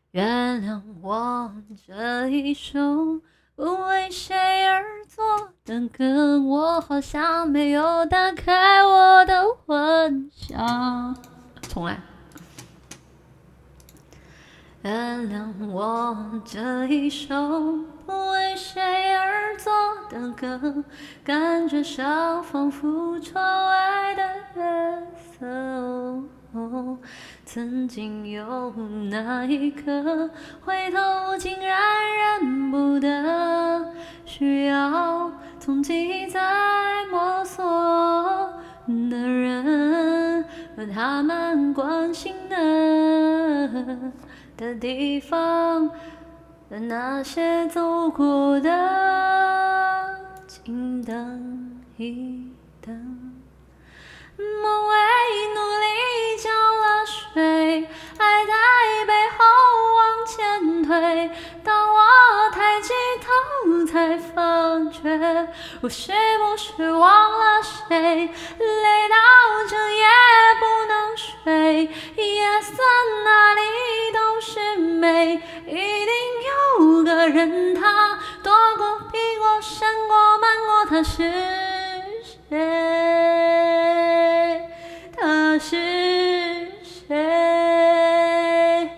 原谅我这一首不为谁而作的歌，我好像没有打开我的幻想。重来。原谅我这一首不为谁而作的歌，感觉上仿佛窗外的月色。曾经有那一刻，回头竟然认不得，需要从记忆再摸索的人，和他们关心的地方，的那些走过的，请等一等。梦为努力浇了水，爱在背后往前推。当我抬起头，才发觉我是不是忘了谁？累到整夜不能睡，夜色哪里都是美。一定有个人，他躲过、避过、闪过、瞒过，他是谁？他是谁？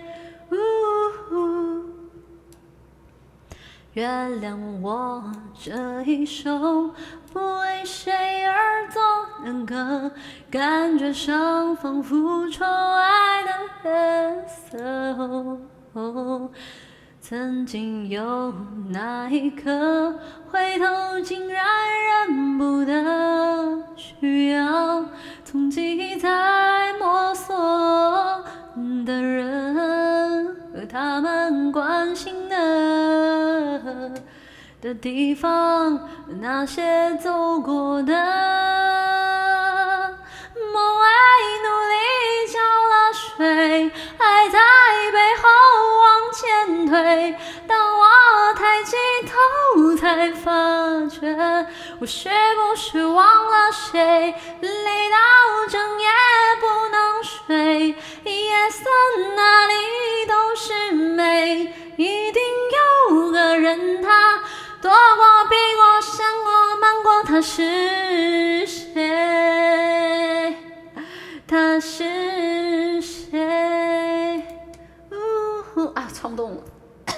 原谅我这一首不为谁而作的歌，感觉上仿佛窗外的月色。曾经有那一刻，回头竟然认不得，需要从记忆再摸索的人，和他们关心的地方，那些走过的，梦为努力浇了水，爱在背后往前推。当我抬起头，才发觉我是不是忘了谁？累到整夜不能睡，夜色哪里都是美。一定有个人，他躲过、避过、闪过、瞒过，他是谁？他是谁？唱不动了。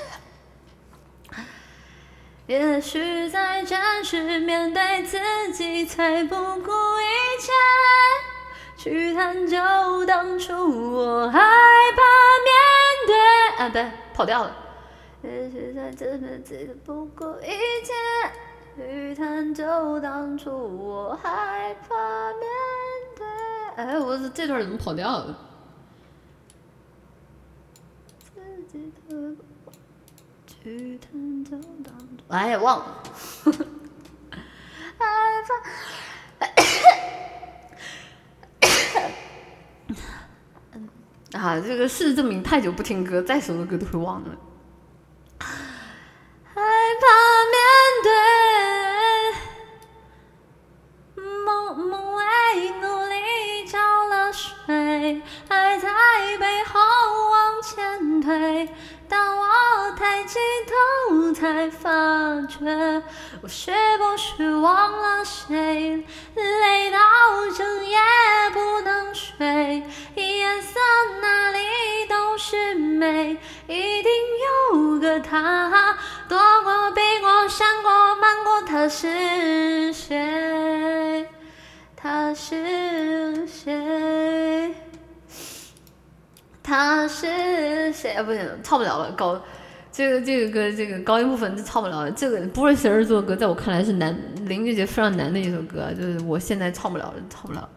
也许在真实面对自己，才不顾一切去探究当初我害怕面对。对，跑调了。也许在真实面对自己，不顾一切去探究当初我害怕面对。我这段怎么跑调了？自己的去探究当初，忘了。害怕。这个事实证明，太久不听歌，再熟的歌都会忘了。害怕面对，梦为努力浇了水，爱在背后往前推。当我抬起头，才发觉我是不是忘了谁？累到整夜不能睡，颜色哪里都是美。一定有个他，躲过、避过、闪过、瞒过，他是谁？他是谁？他是谁？不行，唱不了了。这个歌，这个高音部分就唱不了了。这个不为谁而作的歌，在我看来是林俊杰非常难的一首歌，就是我现在唱不了了，唱不了。